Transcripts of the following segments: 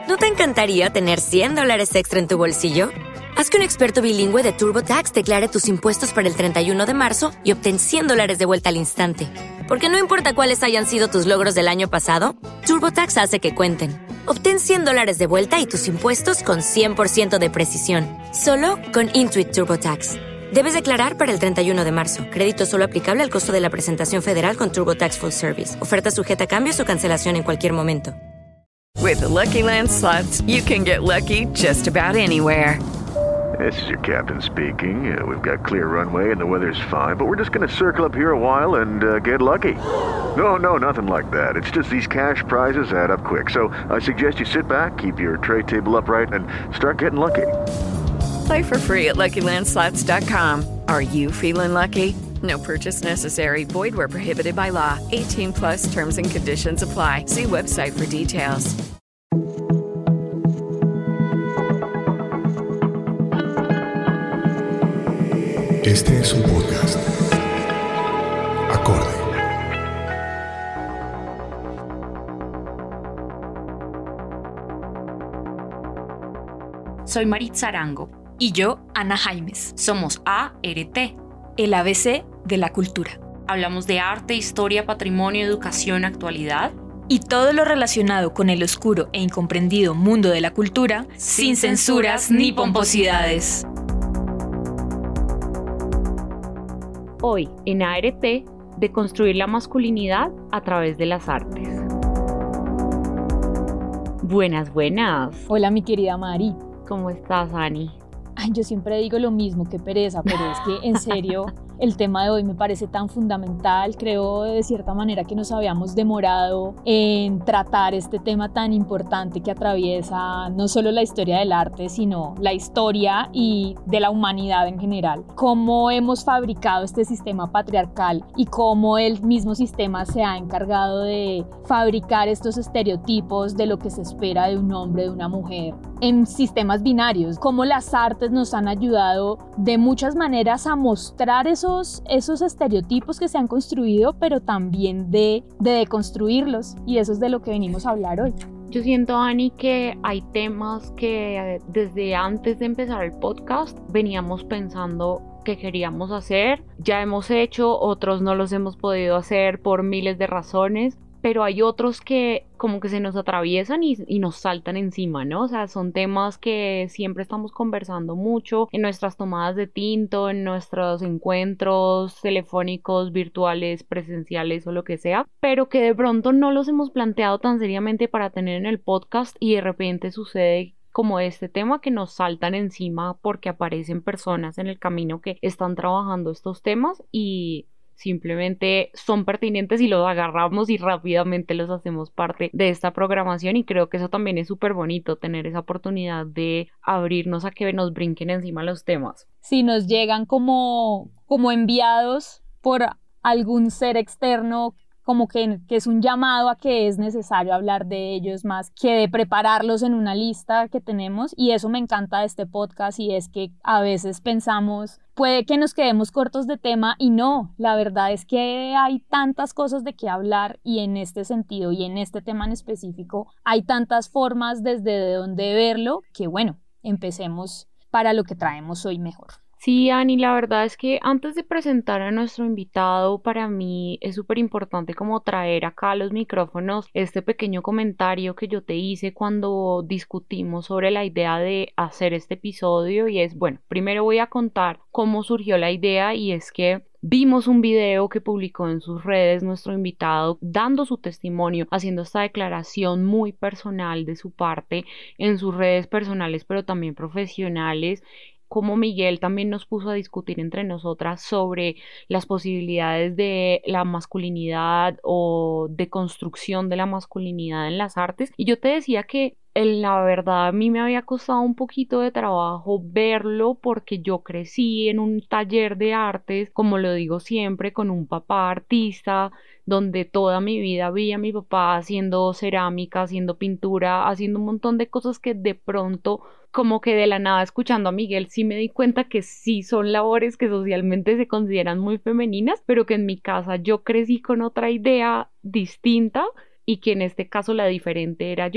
¿No te encantaría tener $100 extra en tu bolsillo? Haz que un experto bilingüe de TurboTax declare tus impuestos para el 31 de marzo y obtén $100 de vuelta al instante. Porque no importa cuáles hayan sido tus logros del año pasado, TurboTax hace que cuenten. Obtén $100 de vuelta y tus impuestos con 100% de precisión. Solo con Intuit TurboTax. Debes declarar para el 31 de marzo. Crédito solo aplicable al costo de la presentación federal con TurboTax Full Service. Oferta sujeta a cambios o cancelación en cualquier momento. With the Lucky Land Slots, you can get lucky just about anywhere. This is your captain speaking. We've got clear runway and the weather's fine, but we're just going to circle up here a while and get lucky. No, nothing like that. It's just these cash prizes add up quick. So I suggest you sit back, keep your tray table upright, and start getting lucky. Play for free at LuckyLandSlots.com. Are you feeling lucky? No purchase necessary. Void where prohibited by law. 18 plus terms and conditions apply. See website for details. Este es un podcast. Acorde. Soy Maritza Arango. Y yo, Ana Jaimes. Somos ART, el ABC de la cultura. Hablamos de arte, historia, patrimonio, educación, actualidad y todo lo relacionado con el oscuro e incomprendido mundo de la cultura, sin censuras ni pomposidades. Hoy en ART, de construir la masculinidad a través de las artes. Buenas. Hola, mi querida Mari. ¿Cómo estás, Ani? Ay, yo siempre digo lo mismo, qué pereza, pero es que en serio el tema de hoy me parece tan fundamental. Creo de cierta manera que nos habíamos demorado en tratar este tema tan importante que atraviesa no solo la historia del arte, sino la historia y de la humanidad en general. Cómo hemos fabricado este sistema patriarcal y cómo el mismo sistema se ha encargado de fabricar estos estereotipos de lo que se espera de un hombre, de una mujer, en sistemas binarios. Cómo las artes nos han ayudado de muchas maneras a mostrar esos estereotipos que se han construido, pero también de deconstruirlos, y eso es de lo que venimos a hablar hoy. Yo siento, Ani, que hay temas que desde antes de empezar el podcast veníamos pensando que queríamos hacer, ya hemos hecho, otros no los hemos podido hacer por miles de razones, pero hay otros que como que se nos atraviesan y nos saltan encima, ¿no? O sea, son temas que siempre estamos conversando mucho en nuestras tomadas de tinto, en nuestros encuentros telefónicos, virtuales, presenciales o lo que sea, pero que de pronto no los hemos planteado tan seriamente para tener en el podcast, y de repente sucede como este tema que nos saltan encima porque aparecen personas en el camino que están trabajando estos temas y simplemente son pertinentes y los agarramos y rápidamente los hacemos parte de esta programación, y creo que eso también es súper bonito, tener esa oportunidad de abrirnos a que nos brinquen encima los temas. Si nos llegan como enviados por algún ser externo, como que es un llamado a que es necesario hablar de ellos más que de prepararlos en una lista que tenemos, y eso me encanta de este podcast, y es que a veces pensamos, puede que nos quedemos cortos de tema, y no, la verdad es que hay tantas cosas de qué hablar, y en este sentido y en este tema en específico hay tantas formas desde de dónde verlo, que bueno, empecemos para lo que traemos hoy mejor. Sí, Ani, la verdad es que antes de presentar a nuestro invitado, para mí es súper importante como traer acá a los micrófonos este pequeño comentario que yo te hice cuando discutimos sobre la idea de hacer este episodio, y es, bueno, primero voy a contar cómo surgió la idea, y es que vimos un video que publicó en sus redes nuestro invitado dando su testimonio, haciendo esta declaración muy personal de su parte en sus redes personales, pero también profesionales, como Miguel también nos puso a discutir entre nosotras sobre las posibilidades de la masculinidad o de construcción de la masculinidad en las artes. Y yo te decía que la verdad a mí me había costado un poquito de trabajo verlo, porque yo crecí en un taller de artes, como lo digo siempre, con un papá artista, donde toda mi vida vi a mi papá haciendo cerámica, haciendo pintura, haciendo un montón de cosas que de pronto, como que de la nada, escuchando a Miguel, sí me di cuenta que sí son labores que socialmente se consideran muy femeninas, pero que en mi casa yo crecí con otra idea distinta, y que en este caso la diferente era yo.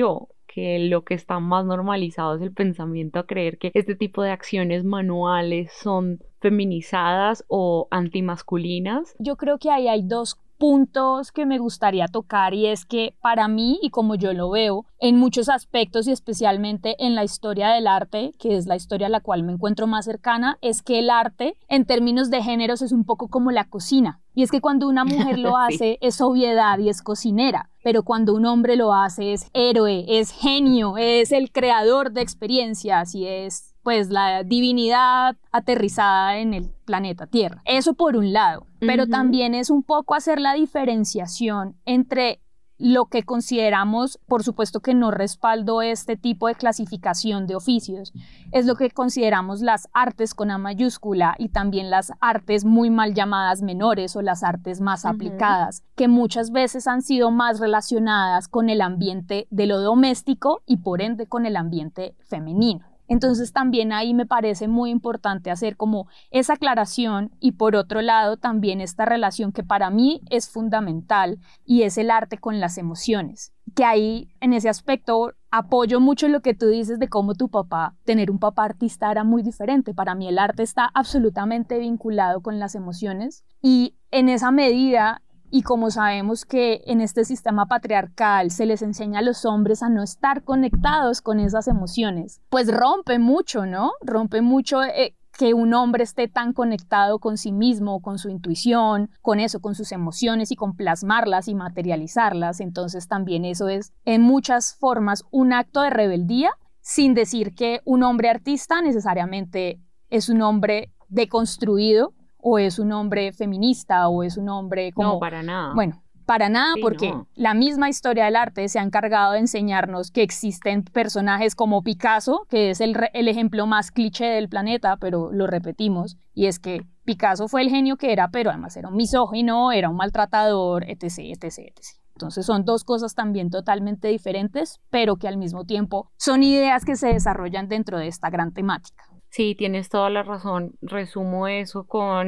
que lo que está más normalizado es el pensamiento a creer que este tipo de acciones manuales son feminizadas o antimasculinas. Yo creo que ahí hay dos puntos que me gustaría tocar, y es que para mí, y como yo lo veo en muchos aspectos y especialmente en la historia del arte, que es la historia a la cual me encuentro más cercana, es que el arte en términos de géneros es un poco como la cocina, y es que cuando una mujer lo hace es obviedad y es cocinera, pero cuando un hombre lo hace es héroe, es genio, es el creador de experiencias y es pues la divinidad aterrizada en el planeta Tierra. Eso por un lado, pero también es un poco hacer la diferenciación entre lo que consideramos, por supuesto que no respaldo este tipo de clasificación de oficios, es lo que consideramos las artes con A mayúscula y también las artes muy mal llamadas menores o las artes más aplicadas, que muchas veces han sido más relacionadas con el ambiente de lo doméstico y por ende con el ambiente femenino. Entonces también ahí me parece muy importante hacer como esa aclaración, y por otro lado también esta relación que para mí es fundamental, y es el arte con las emociones, que ahí en ese aspecto apoyo mucho lo que tú dices de cómo tu papá, tener un papá artista era muy diferente. Para mí el arte está absolutamente vinculado con las emociones, y en esa medida, y como sabemos que en este sistema patriarcal se les enseña a los hombres a no estar conectados con esas emociones, pues rompe mucho, ¿no? Rompe mucho que un hombre esté tan conectado con sí mismo, con su intuición, con eso, con sus emociones y con plasmarlas y materializarlas. Entonces también eso es en muchas formas un acto de rebeldía, sin decir que un hombre artista necesariamente es un hombre deconstruido, o es un hombre feminista, o es un hombre como... No, para nada. Bueno, para nada, sí, porque no. La misma historia del arte se ha encargado de enseñarnos que existen personajes como Picasso, que es el ejemplo más cliché del planeta, pero lo repetimos, y es que Picasso fue el genio que era, pero además era un misógino, era un maltratador, etc., etc., etc. Entonces son dos cosas también totalmente diferentes, pero que al mismo tiempo son ideas que se desarrollan dentro de esta gran temática. Sí, tienes toda la razón. Resumo eso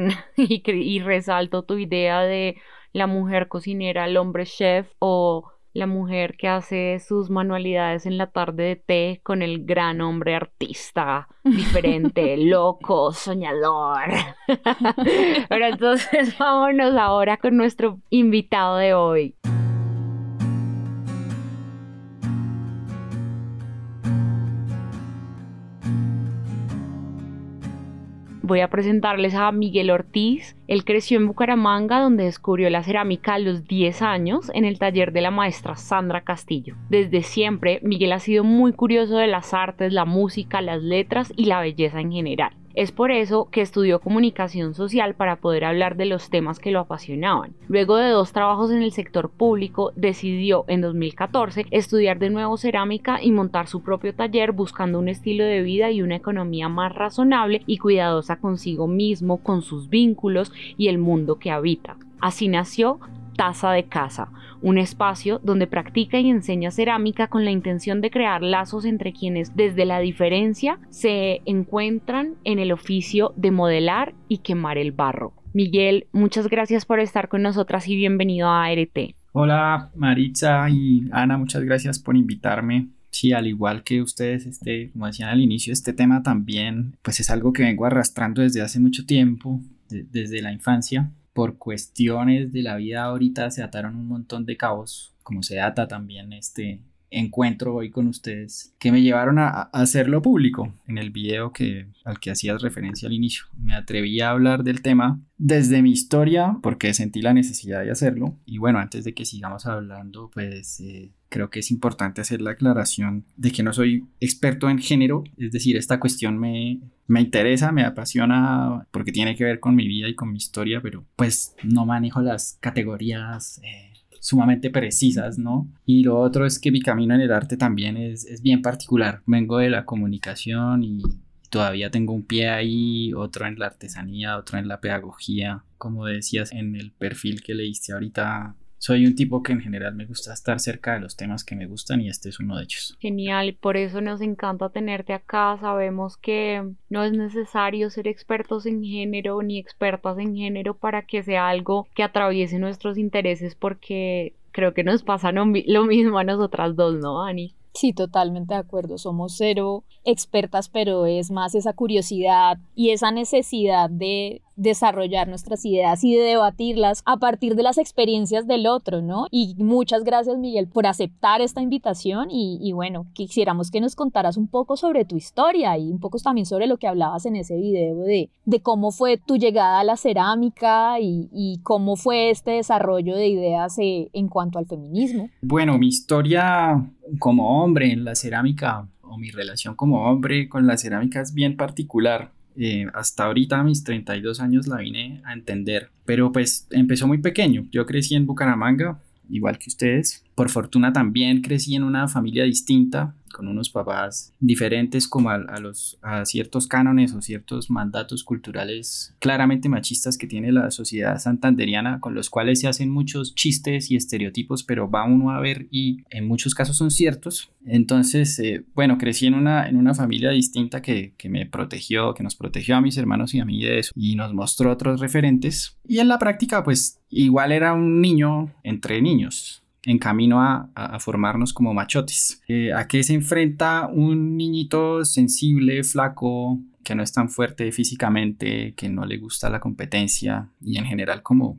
y resalto tu idea de la mujer cocinera, el hombre chef, o la mujer que hace sus manualidades en la tarde de té con el gran hombre artista, diferente, loco, soñador. Pero entonces vámonos ahora con nuestro invitado de hoy. Voy a presentarles a Miguel Ortiz. Él creció en Bucaramanga, donde descubrió la cerámica a los 10 años en el taller de la maestra Sandra Castillo. Desde siempre, Miguel ha sido muy curioso de las artes, la música, las letras y la belleza en general. Es por eso que estudió comunicación social para poder hablar de los temas que lo apasionaban. Luego de 2 trabajos en el sector público, decidió en 2014 estudiar de nuevo cerámica y montar su propio taller, buscando un estilo de vida y una economía más razonable y cuidadosa consigo mismo, con sus vínculos y el mundo que habita. Así nació Taza de Casa, un espacio donde practica y enseña cerámica con la intención de crear lazos entre quienes desde la diferencia se encuentran en el oficio de modelar y quemar el barro. Miguel, muchas gracias por estar con nosotras y bienvenido a ART. Hola Maritza y Ana, muchas gracias por invitarme. Sí, al igual que ustedes, como decían al inicio, este tema también pues es algo que vengo arrastrando desde hace mucho tiempo, desde la infancia. Por cuestiones de la vida ahorita se ataron un montón de cabos, como se ata también este encuentro hoy con ustedes, que me llevaron a hacerlo público. En el video al que hacías referencia al inicio, me atreví a hablar del tema desde mi historia porque sentí la necesidad de hacerlo. Y bueno, antes de que sigamos hablando, pues creo que es importante hacer la aclaración de que no soy experto en género, es decir, esta cuestión me interesa, me apasiona porque tiene que ver con mi vida y con mi historia, pero pues no manejo las categorías sumamente precisas, ¿no? Y lo otro es que mi camino en el arte también es bien particular. Vengo de la comunicación y todavía tengo un pie ahí, otro en la artesanía, otro en la pedagogía. Como decías en el perfil que leíste ahorita, soy un tipo que en general me gusta estar cerca de los temas que me gustan y este es uno de ellos. Genial, por eso nos encanta tenerte acá. Sabemos que no es necesario ser expertos en género ni expertas en género para que sea algo que atraviese nuestros intereses, porque creo que nos pasa lo mismo a nosotras dos, ¿no, Ani? Sí, totalmente de acuerdo. Somos cero expertas, pero es más esa curiosidad y esa necesidad de desarrollar nuestras ideas y de debatirlas a partir de las experiencias del otro, ¿no? Y muchas gracias, Miguel, por aceptar esta invitación y bueno, quisiéramos que nos contaras un poco sobre tu historia y un poco también sobre lo que hablabas en ese video de cómo fue tu llegada a la cerámica y cómo fue este desarrollo de ideas en cuanto al feminismo. Bueno, mi historia como hombre en la cerámica o mi relación como hombre con la cerámica es bien particular. Hasta ahorita a mis 32 años la vine a entender, pero pues empezó muy pequeño. Yo crecí en Bucaramanga, igual que ustedes. Por fortuna también crecí en una familia distinta, con unos papás diferentes como a ciertos cánones o ciertos mandatos culturales claramente machistas que tiene la sociedad santanderiana, con los cuales se hacen muchos chistes y estereotipos, pero va uno a ver y en muchos casos son ciertos. Entonces, bueno, crecí en una familia distinta que me protegió, que nos protegió a mis hermanos y a mí de eso y nos mostró otros referentes. Y en la práctica, pues igual era un niño entre niños, en camino a formarnos como machotes. ¿A qué se enfrenta un niñito sensible, flaco, que no es tan fuerte físicamente, que no le gusta la competencia y en general como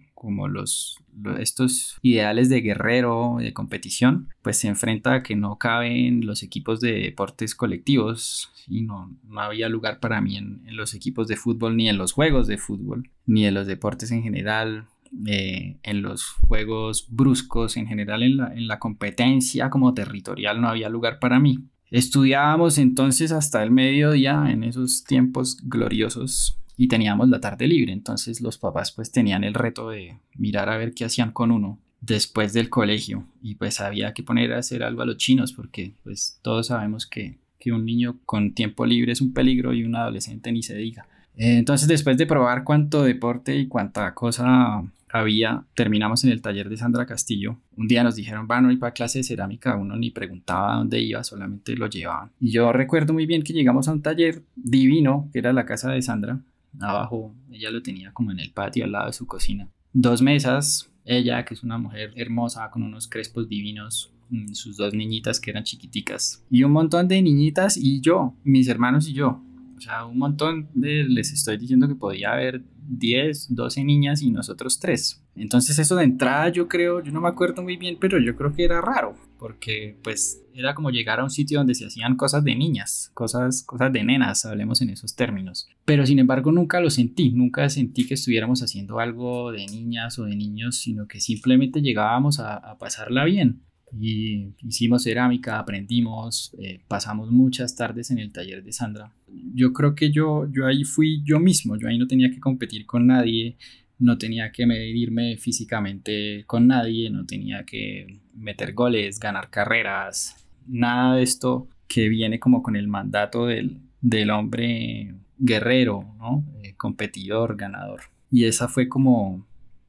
estos ideales de guerrero, de competición? Pues se enfrenta a que no caben los equipos de deportes colectivos y no había lugar para mí en los equipos de fútbol, ni en los juegos de fútbol, ni en los deportes en general. En los juegos bruscos, en general en la competencia como territorial no había lugar para mí. Estudiábamos entonces hasta el mediodía en esos tiempos gloriosos y teníamos la tarde libre, entonces los papás pues tenían el reto de mirar a ver qué hacían con uno después del colegio y pues había que poner a hacer algo a los chinos porque pues todos sabemos que un niño con tiempo libre es un peligro y un adolescente ni se diga. Entonces después de probar cuánto deporte y cuánta cosa había, terminamos en el taller de Sandra Castillo. Un día nos dijeron, van a ir para clase de cerámica. Uno ni preguntaba dónde iba, solamente lo llevaban. Y yo recuerdo muy bien que llegamos a un taller divino, que era la casa de Sandra. Abajo, ella lo tenía como en el patio al lado de su cocina. 2 mesas, ella que es una mujer hermosa con unos crespos divinos, sus 2 niñitas que eran chiquiticas. Y un montón de niñitas y yo, mis hermanos y yo. O sea, un montón les estoy diciendo que podía haber 10, 12 niñas y nosotros 3. Entonces eso de entrada yo no me acuerdo muy bien, pero yo creo que era raro, porque pues era como llegar a un sitio donde se hacían cosas de niñas, cosas de nenas, hablemos en esos términos. Pero sin embargo nunca sentí que estuviéramos haciendo algo de niñas o de niños, sino que simplemente llegábamos a pasarla bien. Y hicimos cerámica, aprendimos, pasamos muchas tardes en el taller de Sandra. Yo creo que yo ahí fui yo mismo, yo ahí no tenía que competir con nadie, no tenía que medirme físicamente con nadie, no tenía que meter goles, ganar carreras, nada de esto que viene como con el mandato del hombre guerrero, ¿no? Competidor, ganador. Y esa fue como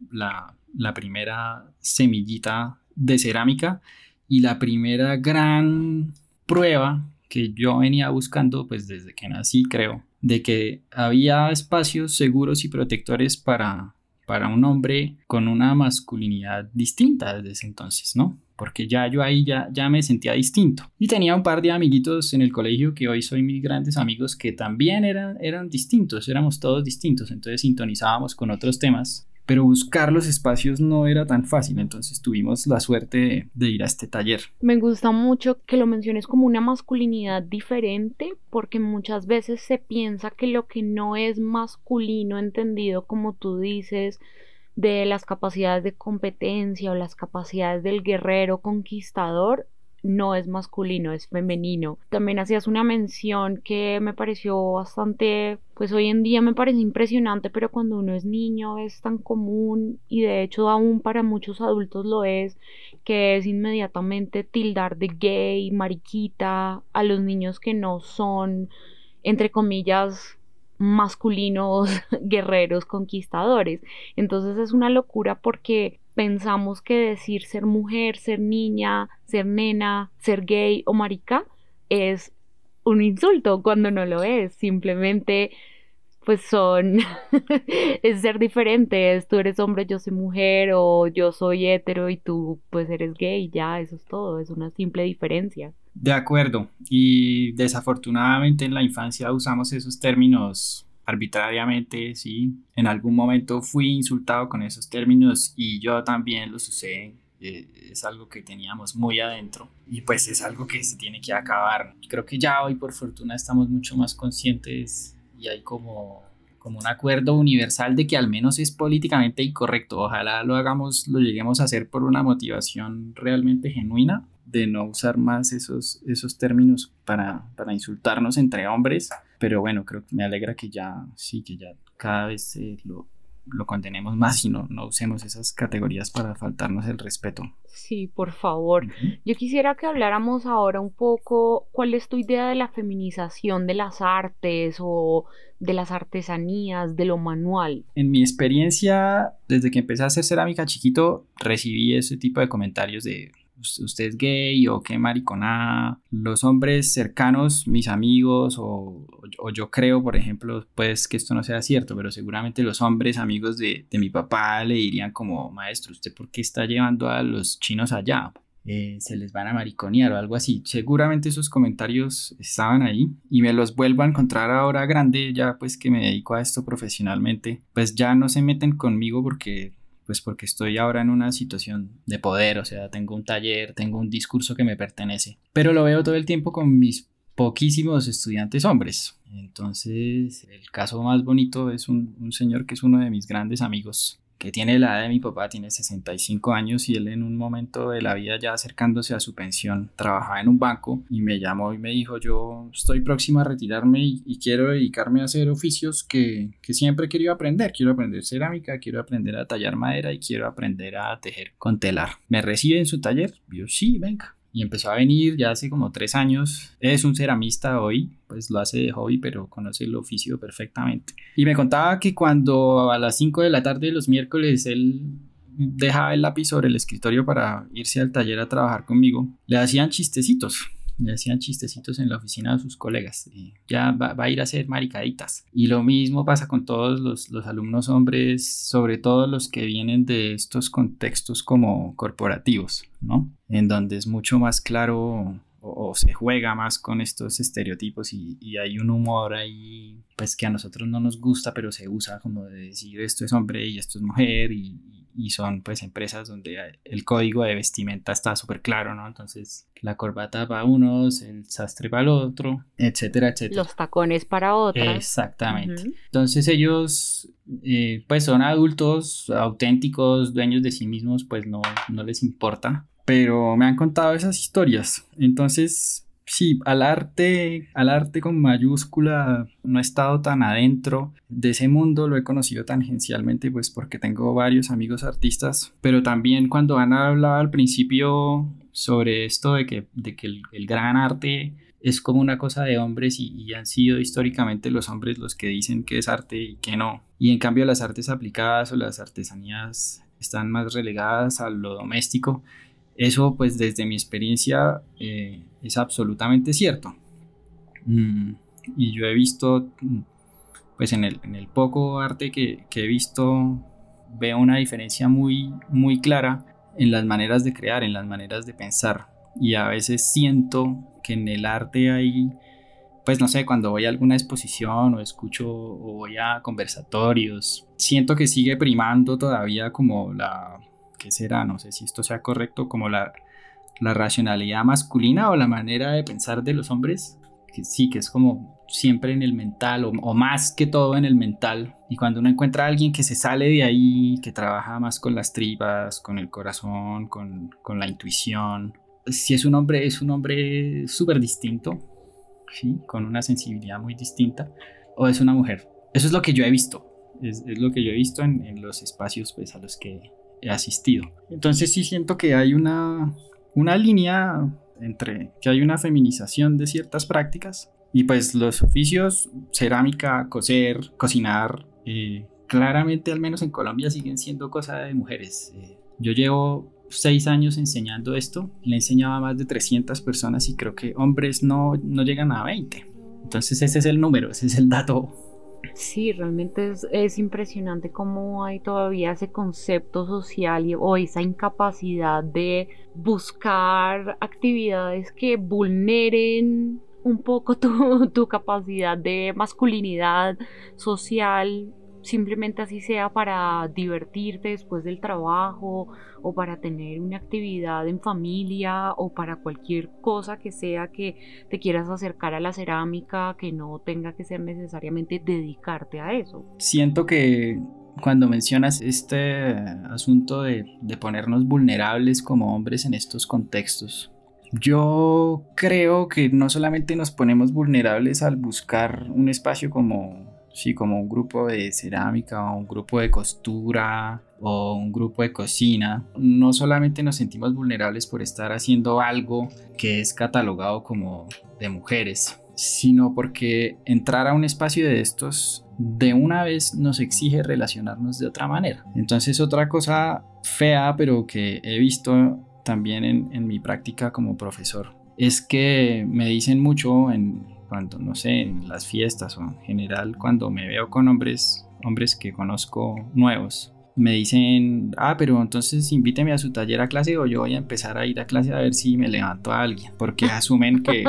la primera semillita de cerámica y la primera gran prueba que yo venía buscando pues desde que nací, creo, de que había espacios seguros y protectores para un hombre con una masculinidad distinta desde ese entonces, ¿no? Porque ya yo ahí ya me sentía distinto y tenía un par de amiguitos en el colegio que hoy son mis grandes amigos que también eran distintos, éramos todos distintos, entonces sintonizábamos con otros temas. Pero buscar los espacios no era tan fácil, entonces tuvimos la suerte de ir a este taller. Me gusta mucho que lo menciones como una masculinidad diferente, porque muchas veces se piensa que lo que no es masculino, entendido como tú dices, de las capacidades de competencia o las capacidades del guerrero conquistador, no es masculino, es femenino. También hacías una mención que me pareció bastante, pues hoy en día me parece impresionante, pero cuando uno es niño es tan común y de hecho aún para muchos adultos lo es, que es inmediatamente tildar de gay, mariquita a los niños que no son, entre comillas, masculinos, guerreros, conquistadores. Entonces es una locura porque pensamos que decir ser mujer, ser niña, ser nena, ser gay o marica es un insulto cuando no lo es. Simplemente pues es ser diferentes. Tú eres hombre, yo soy mujer, o yo soy hetero y tú pues eres gay. Ya, eso es todo, es una simple diferencia. De acuerdo, y desafortunadamente en la infancia usamos esos términos arbitrariamente, sí. En algún momento fui insultado con esos términos y yo también los usé. Es algo que teníamos muy adentro y pues es algo que se tiene que acabar. Creo que ya hoy por fortuna estamos mucho más conscientes y hay como un acuerdo universal de que al menos es políticamente incorrecto. Ojalá lo lleguemos a hacer por una motivación realmente genuina de no usar más esos términos para insultarnos entre hombres. Pero bueno, creo que me alegra que ya cada vez lo condenemos más y no usemos esas categorías para faltarnos el respeto. Sí, por favor. Yo quisiera que habláramos ahora un poco cuál es tu idea de la feminización de las artes o de las artesanías, de lo manual. En mi experiencia, desde que empecé a hacer cerámica chiquito, recibí ese tipo de comentarios de usted es gay o qué mariconada. Los hombres cercanos, mis amigos o yo creo, por ejemplo, pues que esto no sea cierto, pero seguramente los hombres amigos de mi papá le dirían como, maestro, ¿usted por qué está llevando a los chinos allá? Se les van a mariconear o algo así. Seguramente esos comentarios estaban ahí y me los vuelvo a encontrar ahora grande, ya pues que me dedico a esto profesionalmente. Pues ya no se meten conmigo porque estoy ahora en una situación de poder, o sea, tengo un taller, tengo un discurso que me pertenece, pero lo veo todo el tiempo con mis poquísimos estudiantes hombres. Entonces, el caso más bonito es un señor que es uno de mis grandes amigos, que tiene la edad de mi papá, tiene 65 años y él en un momento de la vida ya acercándose a su pensión trabajaba en un banco y me llamó y me dijo, yo estoy próximo a retirarme y quiero dedicarme a hacer oficios que siempre he querido aprender. Quiero aprender cerámica, quiero aprender a tallar madera y quiero aprender a tejer con telar. ¿Me recibe en su taller? Yo, sí, venga. Y empezó a venir ya hace como 3 años. Es un ceramista hoy, pues lo hace de hobby, pero conoce el oficio perfectamente. Y me contaba que cuando a las 5 de la tarde de los miércoles él dejaba el lápiz sobre el escritorio para irse al taller a trabajar conmigo, le hacían chistecitos en la oficina de sus colegas. Ya va a ir a hacer maricaditas. Y lo mismo pasa con todos los alumnos hombres, sobre todo los que vienen de estos contextos como corporativos, ¿no? En donde es mucho más claro o se juega más con estos estereotipos y hay un humor ahí pues que a nosotros no nos gusta, pero se usa como de decir esto es hombre y esto es mujer y son pues empresas donde el código de vestimenta está súper claro, ¿no? Entonces la corbata para unos, el sastre para el otro, etcétera, etcétera. Los tacones para otras. Exactamente. Entonces ellos pues son adultos, auténticos, dueños de sí mismos, pues no les importa. Pero me han contado esas historias. Entonces, sí, al arte con mayúscula no he estado tan adentro de ese mundo, lo he conocido tangencialmente, pues porque tengo varios amigos artistas. Pero también cuando Ana hablaba al principio sobre esto de que el gran arte es como una cosa de hombres y han sido históricamente los hombres los que dicen que es arte y que no. Y en cambio las artes aplicadas o las artesanías están más relegadas a lo doméstico. Eso pues desde mi experiencia es absolutamente cierto. Y yo he visto pues en el poco arte que he visto, veo una diferencia muy, muy clara en las maneras de crear, en las maneras de pensar. Y a veces siento que en el arte hay, pues no sé, cuando voy a alguna exposición o escucho o voy a conversatorios, siento que sigue primando todavía como ¿qué será? No sé si esto sea correcto, como la racionalidad masculina o la manera de pensar de los hombres, que sí, que es como siempre en el mental o más que todo en el mental. Y cuando uno encuentra a alguien que se sale de ahí, que trabaja más con las tripas, con el corazón, con la intuición, si es un hombre súper distinto, ¿sí? Con una sensibilidad muy distinta, o es una mujer. Eso es lo que yo he visto, es lo que yo he visto en los espacios pues, a los que he asistido. Entonces sí siento que hay una línea entre que hay una feminización de ciertas prácticas y pues los oficios, cerámica, coser, cocinar, claramente al menos en Colombia siguen siendo cosa de mujeres. Yo llevo 6 años enseñando esto, le he enseñado a más de 300 personas y creo que hombres no llegan a 20. Entonces ese es el número, ese es el dato Sí, realmente es impresionante cómo hay todavía ese concepto social o esa incapacidad de buscar actividades que vulneren un poco tu capacidad de masculinidad social, simplemente así sea para divertirte después del trabajo o para tener una actividad en familia o para cualquier cosa que sea que te quieras acercar a la cerámica, que no tenga que ser necesariamente dedicarte a eso. Siento que cuando mencionas este asunto de ponernos vulnerables como hombres en estos contextos, yo creo que no solamente nos ponemos vulnerables al buscar un espacio como un grupo de cerámica o un grupo de costura o un grupo de cocina, no solamente nos sentimos vulnerables por estar haciendo algo que es catalogado como de mujeres, sino porque entrar a un espacio de estos de una vez nos exige relacionarnos de otra manera. Entonces, otra cosa fea, pero que he visto también en mi práctica como profesor, es que me dicen mucho cuando, no sé, en las fiestas o en general cuando me veo con hombres que conozco nuevos, me dicen, pero entonces invíteme a su taller a clase o yo voy a empezar a ir a clase a ver si me levanto a alguien, porque asumen que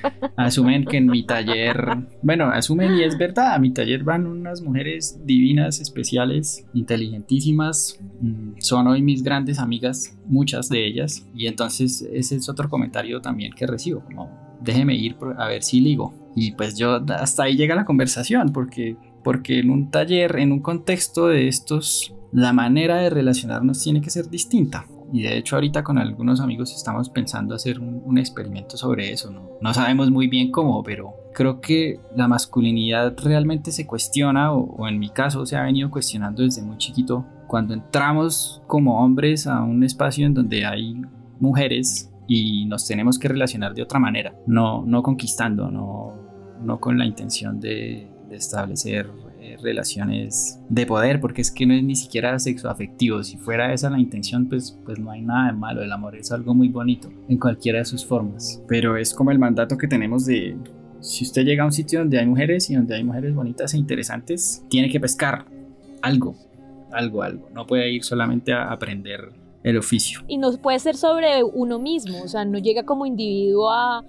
en mi taller, asumen y es verdad, a mi taller van unas mujeres divinas, especiales, inteligentísimas, son hoy mis grandes amigas, muchas de ellas, y entonces ese es otro comentario también que recibo, como déjeme ir a ver si ligo, y pues yo hasta ahí llega la conversación, porque en un taller, en un contexto de estos, la manera de relacionarnos tiene que ser distinta. Y de hecho ahorita con algunos amigos estamos pensando hacer un experimento sobre eso. No sabemos muy bien cómo, pero creo que la masculinidad realmente se cuestiona, o en mi caso se ha venido cuestionando desde muy chiquito, cuando entramos como hombres a un espacio en donde hay mujeres y nos tenemos que relacionar de otra manera, no conquistando, no con la intención de establecer relaciones de poder, porque es que no es ni siquiera sexoafectivo. Si fuera esa la intención, pues no hay nada de malo. El amor es algo muy bonito en cualquiera de sus formas, pero es como el mandato que tenemos de: si usted llega a un sitio donde hay mujeres y donde hay mujeres bonitas e interesantes, tiene que pescar algo, no puede ir solamente a aprender el oficio. Y no puede ser sobre uno mismo, o sea, no llega como individuo a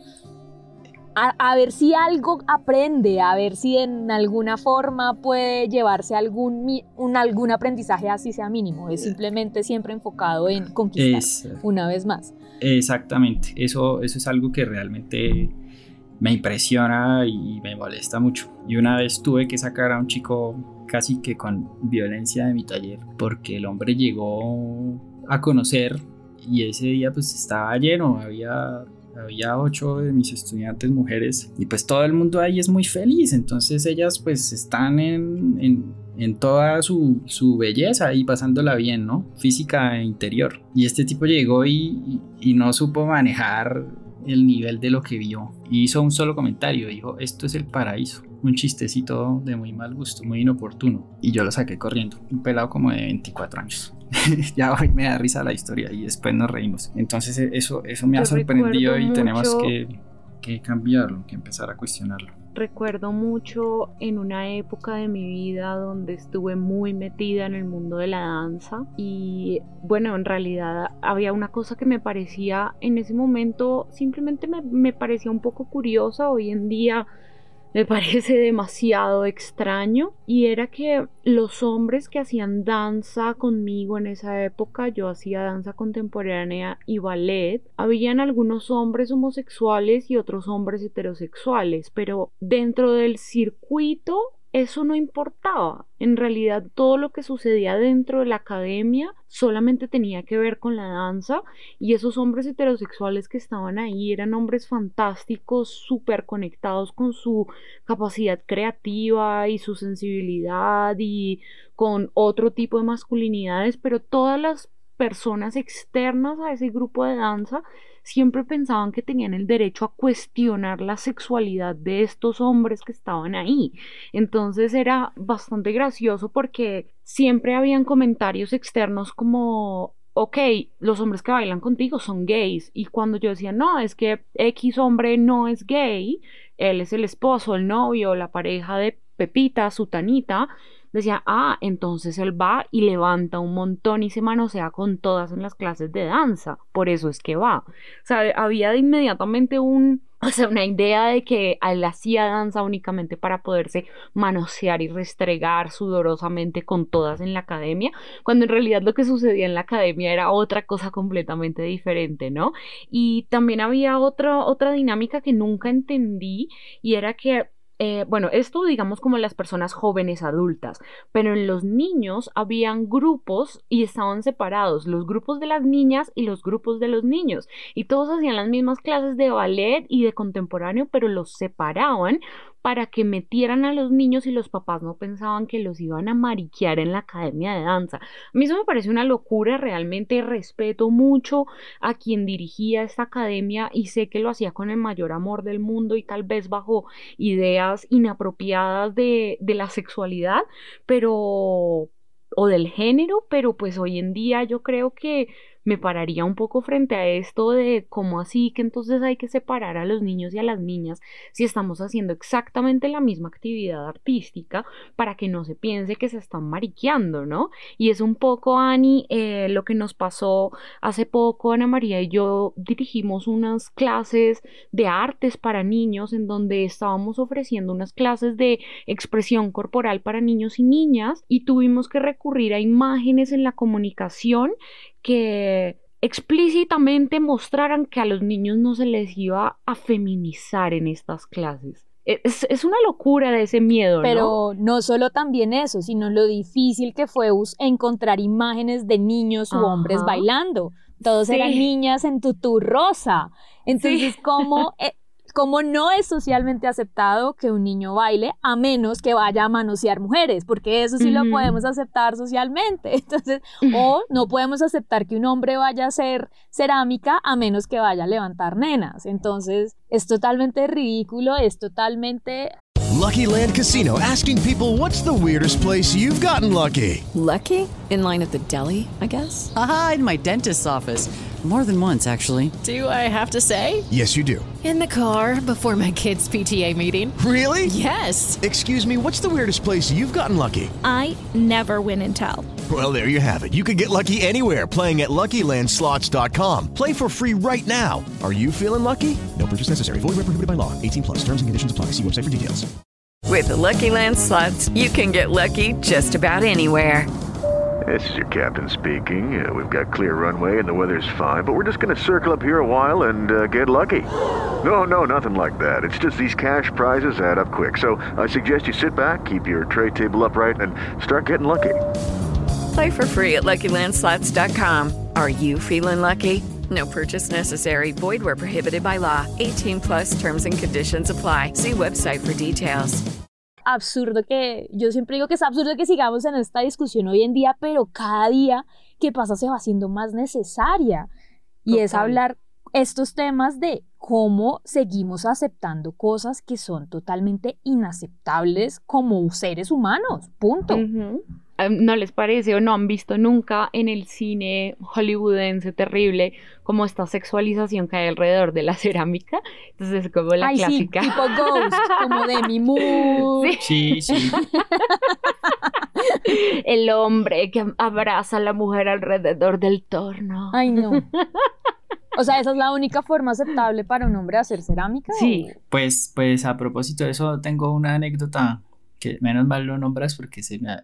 ver si algo aprende, a ver si en alguna forma puede llevarse algún aprendizaje, así sea mínimo. Es simplemente siempre enfocado en conquistar, una vez más. Exactamente, eso es algo que realmente me impresiona y me molesta mucho. Y una vez tuve que sacar a un chico casi que con violencia de mi taller, porque el hombre llegó a conocer y ese día pues estaba lleno, había 8 de mis estudiantes mujeres y pues todo el mundo ahí es muy feliz, entonces ellas pues están en toda su belleza y pasándola bien, ¿no? Física e interior. Y este tipo llegó y no supo manejar el nivel de lo que vio. Y hizo un solo comentario, dijo: esto es el paraíso. Un chistecito de muy mal gusto, muy inoportuno. Y yo lo saqué corriendo. Un pelado como de 24 años. Ya hoy me da risa la historia y después nos reímos. Entonces eso me ha sorprendido y tenemos que cambiarlo, que empezar a cuestionarlo. Recuerdo mucho en una época de mi vida donde estuve muy metida en el mundo de la danza y bueno, en realidad había una cosa que me parecía en ese momento, simplemente me parecía un poco curiosa. Hoy en día me parece demasiado extraño, y era que los hombres que hacían danza conmigo en esa época, yo hacía danza contemporánea y ballet, habían algunos hombres homosexuales y otros hombres heterosexuales, pero dentro del circuito eso no importaba. En realidad todo lo que sucedía dentro de la academia solamente tenía que ver con la danza, y esos hombres heterosexuales que estaban ahí eran hombres fantásticos, súper conectados con su capacidad creativa y su sensibilidad y con otro tipo de masculinidades, pero todas las personas externas a ese grupo de danza siempre pensaban que tenían el derecho a cuestionar la sexualidad de estos hombres que estaban ahí. Entonces era bastante gracioso porque siempre habían comentarios externos como: ok, los hombres que bailan contigo son gays. Y cuando yo decía: no, es que X hombre no es gay, él es el esposo, el novio, la pareja de Pepita, Sutanita, decía, entonces él va y levanta un montón y se manosea con todas en las clases de danza, por eso es que va. O sea, había de inmediatamente una idea de que él hacía danza únicamente para poderse manosear y restregar sudorosamente con todas en la academia, cuando en realidad lo que sucedía en la academia era otra cosa completamente diferente, ¿no? Y también había otra dinámica que nunca entendí, y era que bueno, esto digamos como las personas jóvenes adultas, pero en los niños habían grupos y estaban separados, los grupos de las niñas y los grupos de los niños, y todos hacían las mismas clases de ballet y de contemporáneo, pero los separaban para que metieran a los niños y los papás no pensaban que los iban a mariquear en la academia de danza. A mí eso me parece una locura, realmente respeto mucho a quien dirigía esta academia y sé que lo hacía con el mayor amor del mundo y tal vez bajo ideas inapropiadas de la sexualidad, o del género, pero pues hoy en día yo creo que me pararía un poco frente a esto de cómo así que entonces hay que separar a los niños y a las niñas si estamos haciendo exactamente la misma actividad artística, para que no se piense que se están mariqueando, ¿no? Y es un poco, Ani, lo que nos pasó hace poco. Ana María y yo dirigimos unas clases de artes para niños en donde estábamos ofreciendo unas clases de expresión corporal para niños y niñas, y tuvimos que recurrir a imágenes en la comunicación que explícitamente mostraran que a los niños no se les iba a feminizar en estas clases. Es una locura de ese miedo, ¿no? Pero no solo también eso, sino lo difícil que fue encontrar imágenes de niños u hombres bailando. Todos eran niñas en tutú rosa. Entonces, ¿cómo no es socialmente aceptado que un niño baile a menos que vaya a manosear mujeres? Porque eso sí lo podemos aceptar socialmente. Entonces, o no podemos aceptar que un hombre vaya a hacer cerámica a menos que vaya a levantar nenas. Entonces, es totalmente ridículo, es totalmente... Lucky Land Casino, asking people, what's the weirdest place you've gotten lucky? Lucky? In line at the deli, I guess? Aha, in my dentist's office. More than once, actually. Do I have to say? Yes, you do. In the car before my kids' PTA meeting. Really? Yes. Excuse me, what's the weirdest place you've gotten lucky? I never win and tell. Well, there you have it. You can get lucky anywhere, playing at LuckyLandSlots.com. Play for free right now. Are you feeling lucky? No purchase necessary. Void where prohibited by law. 18+. Terms and conditions apply. See website for details. With the Lucky Land Slots, you can get lucky just about anywhere. This is your captain speaking. We've got clear runway and the weather's fine, but we're just going to circle up here a while and get lucky. No, nothing like that. It's just these cash prizes add up quick. So I suggest you sit back, keep your tray table upright, and start getting lucky. Play for free at LuckyLandSlots.com. Are you feeling lucky? No purchase necessary. Void where prohibited by law. 18+ terms and conditions apply. See website for details. Yo siempre digo que es absurdo que sigamos en esta discusión hoy en día, pero cada día que pasa se va haciendo más necesaria. Y es hablar estos temas de cómo seguimos aceptando cosas que son totalmente inaceptables como seres humanos, punto. ¿No les parece o no han visto nunca en el cine hollywoodense terrible como esta sexualización que hay alrededor de la cerámica? Entonces es como la clásica. Sí, tipo Ghost, como Demi Moore. Sí. El hombre que abraza a la mujer alrededor del torno. Ay, no. O sea, ¿esa es la única forma aceptable para un hombre hacer cerámica? Sí. Pues a propósito de eso, tengo una anécdota que menos mal lo nombras porque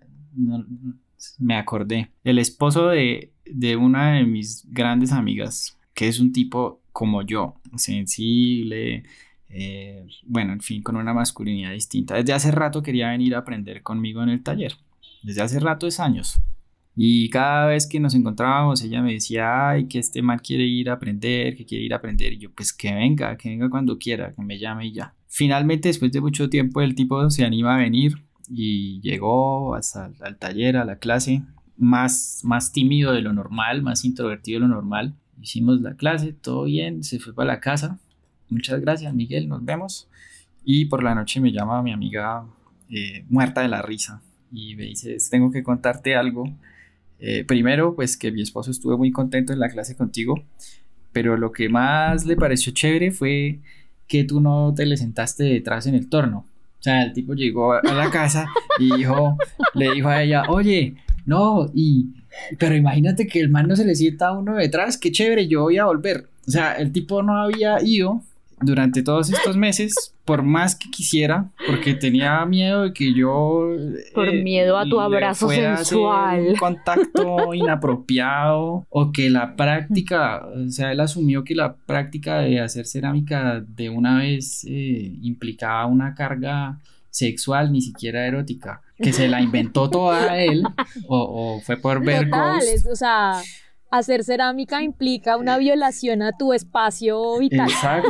me acordé. El esposo de una de mis grandes amigas, que es un tipo como yo, sensible, bueno, en fin, con una masculinidad distinta. Desde hace rato quería venir a aprender conmigo en el taller. Desde hace rato, es años. Y cada vez que nos encontrábamos, ella me decía, ay, que este man quiere ir a aprender, que quiere ir a aprender. Y yo, pues que venga cuando quiera, que me llame y ya. Finalmente, después de mucho tiempo, el tipo se anima a venir y llegó hasta al taller, a la clase, más tímido de lo normal, más introvertido de lo normal. Hicimos la clase, todo bien, se fue para la casa. Muchas gracias, Miguel, nos vemos. Y por la noche me llama mi amiga muerta de la risa y me dice, tengo que contarte algo. Primero, pues que mi esposo estuvo muy contento en la clase contigo, pero lo que más le pareció chévere fue que tú no te le sentaste detrás en el torno, sea, el tipo llegó a la casa y le dijo a ella, oye, no, pero imagínate que el man no se le sienta a uno detrás, qué chévere, yo voy a volver. O sea, el tipo no había ido durante todos estos meses, por más que quisiera, porque tenía miedo de que yo... Por miedo a tu abrazo sensual. Un contacto inapropiado, o que la práctica, o sea, él asumió que la práctica de hacer cerámica de una vez implicaba una carga sexual, ni siquiera erótica, que se la inventó toda él, o fue por ver Ghost. O sea... Hacer cerámica implica una violación a tu espacio vital. Exacto.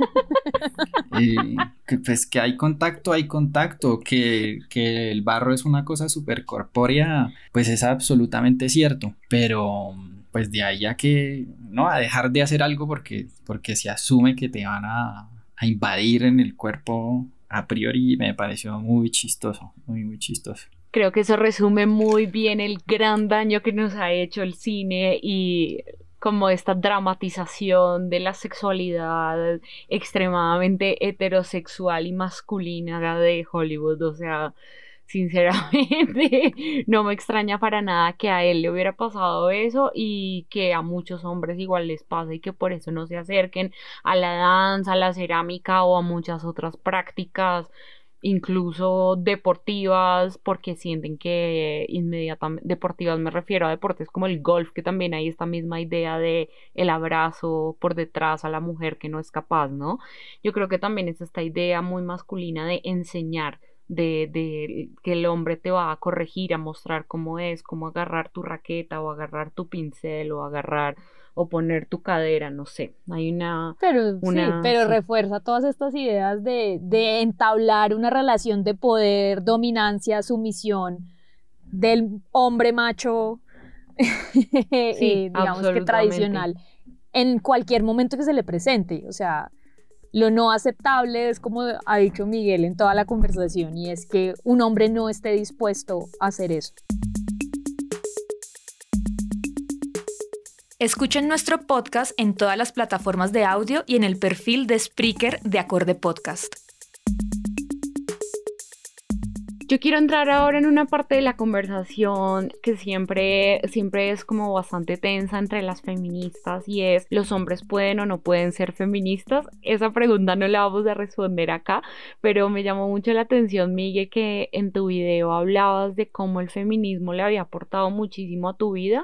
Que hay contacto, que el barro es una cosa súper corpórea, pues es absolutamente cierto, pero pues de ahí a que, no, a dejar de hacer algo porque se asume que te van a invadir en el cuerpo a priori, me pareció muy chistoso, muy chistoso. Creo que eso resume muy bien el gran daño que nos ha hecho el cine y como esta dramatización de la sexualidad extremadamente heterosexual y masculina de Hollywood. O sea, sinceramente no me extraña para nada que a él le hubiera pasado eso y que a muchos hombres igual les pasa y que por eso no se acerquen a la danza, a la cerámica o a muchas otras prácticas incluso deportivas, porque sienten que inmediatamente, deportivas me refiero a deportes como el golf, que también hay esta misma idea de el abrazo por detrás a la mujer que no es capaz, ¿no? Yo creo que también es esta idea muy masculina de enseñar, de que el hombre te va a corregir, a mostrar cómo es, cómo agarrar tu raqueta o agarrar tu pincel o agarrar o poner tu cadera, no sé, hay pero refuerza todas estas ideas de entablar una relación de poder, dominancia, sumisión del hombre macho, digamos que tradicional, en cualquier momento que se le presente. O sea, lo no aceptable es, como ha dicho Miguel en toda la conversación, y es que un hombre no esté dispuesto a hacer eso. Escuchen nuestro podcast en todas las plataformas de audio y en el perfil de Spreaker de Acorde Podcast. Yo quiero entrar ahora en una parte de la conversación que siempre es como bastante tensa entre las feministas, y es: ¿los hombres pueden o no pueden ser feministas? Esa pregunta no la vamos a responder acá, pero me llamó mucho la atención, Miguel, que en tu video hablabas de cómo el feminismo le había aportado muchísimo a tu vida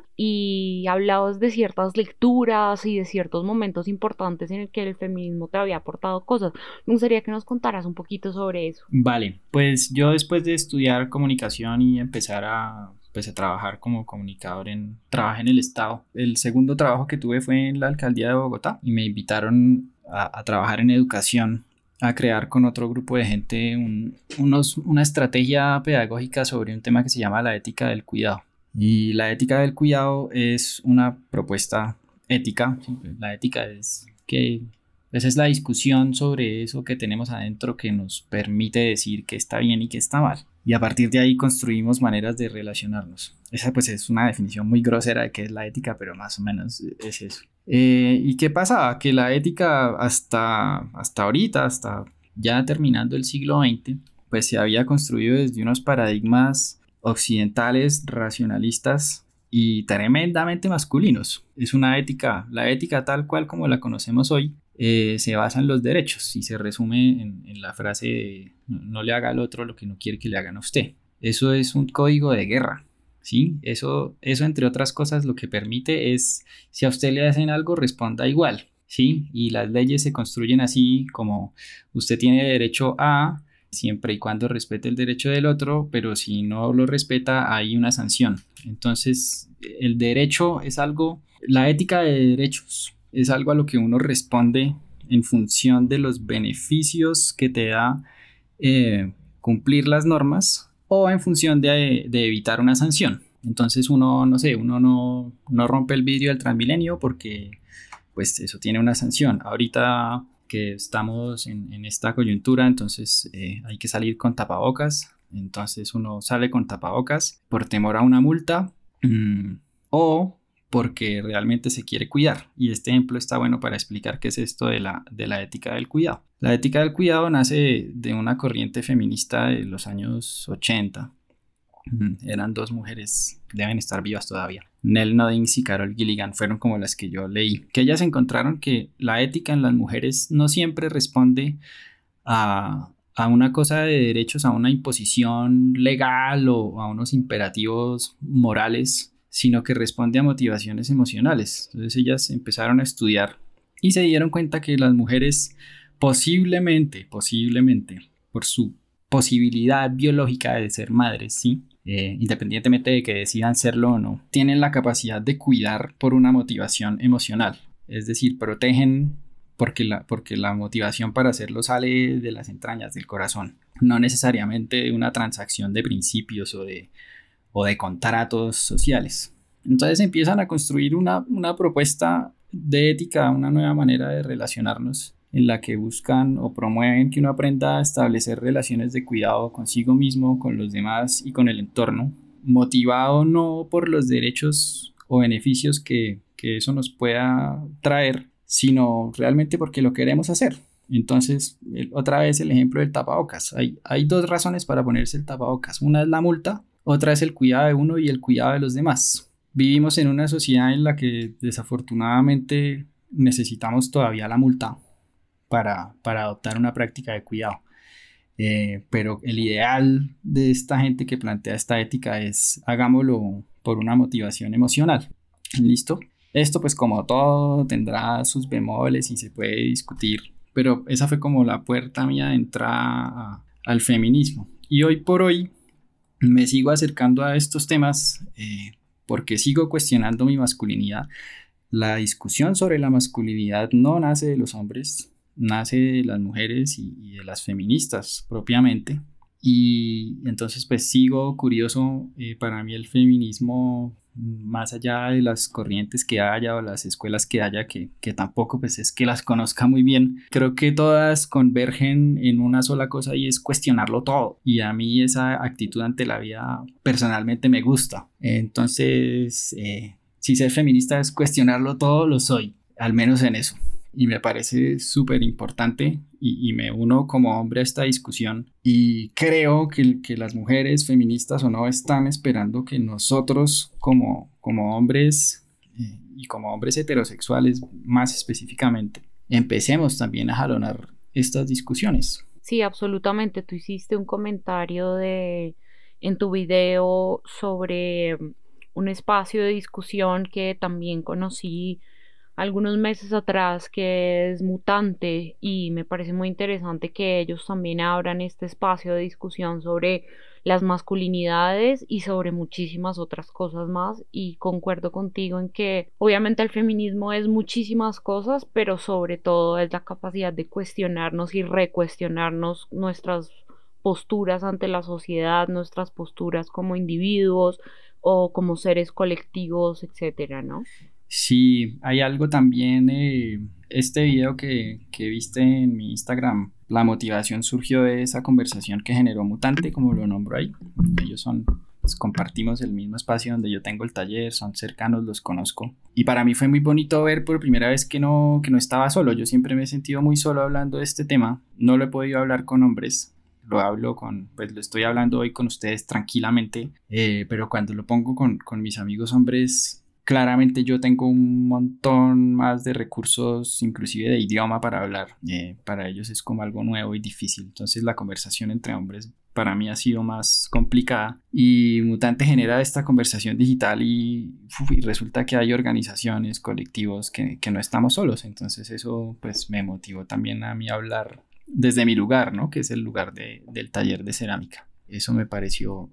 y hablabas de ciertas lecturas y de ciertos momentos importantes en el que el feminismo te había aportado cosas. Me gustaría que nos contaras un poquito sobre eso. Vale, pues yo después de estudiar comunicación y empezar a trabajar como comunicador, trabajé en el Estado. El segundo trabajo que tuve fue en la alcaldía de Bogotá y me invitaron a trabajar en educación, a crear con otro grupo de gente una estrategia pedagógica sobre un tema que se llama la ética del cuidado. Y la ética del cuidado es una propuesta ética. La ética es que esa es la discusión sobre eso que tenemos adentro que nos permite decir qué está bien y qué está mal. Y a partir de ahí construimos maneras de relacionarnos. Esa pues es una definición muy grosera de qué es la ética, pero más o menos es eso. ¿Y qué pasa? Que la ética hasta ahorita, hasta ya terminando el siglo XX, pues se había construido desde unos paradigmas occidentales, racionalistas y tremendamente masculinos. Es una ética, la ética tal cual como la conocemos hoy, se basa en los derechos y se resume en la frase de no le haga al otro lo que no quiere que le hagan a usted. Eso es un código de guerra, ¿sí? Eso entre otras cosas lo que permite es, si a usted le hacen algo, responda igual, ¿sí? Y las leyes se construyen así, como usted tiene derecho a, siempre y cuando respete el derecho del otro, pero si no lo respeta hay una sanción. Entonces el derecho es algo, la ética de derechos es algo a lo que uno responde en función de los beneficios que te da cumplir las normas, o en función de evitar una sanción. Entonces uno no rompe el vidrio del Transmilenio porque pues eso tiene una sanción. Ahorita que estamos en esta coyuntura, entonces hay que salir con tapabocas. Entonces uno sale con tapabocas por temor a una multa o porque realmente se quiere cuidar. Y este ejemplo está bueno para explicar qué es esto de la ética del cuidado. La ética del cuidado nace de una corriente feminista de los años 80. Eran dos mujeres, deben estar vivas todavía. Nell Noddings y Carol Gilligan fueron como las que yo leí. Que ellas encontraron que la ética en las mujeres no siempre responde a una cosa de derechos, a una imposición legal o a unos imperativos morales, sino que responde a motivaciones emocionales. Entonces ellas empezaron a estudiar y se dieron cuenta que las mujeres posiblemente, por su posibilidad biológica de ser madres, ¿sí? Independientemente de que decidan serlo o no, tienen la capacidad de cuidar por una motivación emocional. Es decir, protegen porque la motivación para hacerlo sale de las entrañas, del corazón. No necesariamente de una transacción de principios o de contratos sociales. Entonces empiezan a construir una propuesta de ética, una nueva manera de relacionarnos, en la que buscan o promueven que uno aprenda a establecer relaciones de cuidado consigo mismo, con los demás y con el entorno, motivado no por los derechos o beneficios que eso nos pueda traer, sino realmente porque lo queremos hacer. Entonces, otra vez el ejemplo del tapabocas. Hay dos razones para ponerse el tapabocas. Una es la multa, otra es el cuidado de uno y el cuidado de los demás. Vivimos en una sociedad en la que desafortunadamente necesitamos todavía la multa para adoptar una práctica de cuidado. Pero el ideal de esta gente que plantea esta ética es hagámoslo por una motivación emocional. ¿Listo? Esto pues como todo tendrá sus bemoles y se puede discutir, pero esa fue como la puerta mía de entrada al feminismo. Y hoy por hoy me sigo acercando a estos temas porque sigo cuestionando mi masculinidad. La discusión sobre la masculinidad no nace de los hombres, nace de las mujeres y de las feministas propiamente. Y entonces pues sigo curioso. Para mí el feminismo, más allá de las corrientes que haya o las escuelas que haya, que tampoco pues es que las conozca muy bien, creo que todas convergen en una sola cosa y es cuestionarlo todo. Y a mí esa actitud ante la vida personalmente me gusta. Entonces, si ser feminista es cuestionarlo todo, lo soy, al menos en eso. Y me parece súper importante y me uno como hombre a esta discusión y creo que las mujeres feministas o no están esperando que nosotros como hombres y como hombres heterosexuales más específicamente empecemos también a jalonar estas discusiones. Sí, absolutamente. Tú hiciste un comentario en tu video sobre un espacio de discusión que también conocí algunos meses atrás, que es Mutante, y me parece muy interesante que ellos también abran este espacio de discusión sobre las masculinidades y sobre muchísimas otras cosas más. Y concuerdo contigo en que obviamente el feminismo es muchísimas cosas, pero sobre todo es la capacidad de cuestionarnos y recuestionarnos nuestras posturas ante la sociedad, nuestras posturas como individuos o como seres colectivos, etcétera, ¿no? Sí, hay algo también, este video que viste en mi Instagram, la motivación surgió de esa conversación que generó Mutante, como lo nombro ahí. Ellos pues compartimos el mismo espacio donde yo tengo el taller, son cercanos, los conozco. Y para mí fue muy bonito ver por primera vez que no estaba solo. Yo siempre me he sentido muy solo hablando de este tema. No lo he podido hablar con hombres. Lo estoy hablando hoy con ustedes tranquilamente, pero cuando lo pongo con mis amigos hombres, claramente yo tengo un montón más de recursos, inclusive de idioma para hablar. Para ellos es como algo nuevo y difícil. Entonces la conversación entre hombres para mí ha sido más complicada. Y Mutante genera esta conversación digital y resulta que hay organizaciones, colectivos que no estamos solos. Entonces eso pues me motivó también a mí a hablar desde mi lugar, ¿no? Que es el lugar del taller de cerámica. Eso me pareció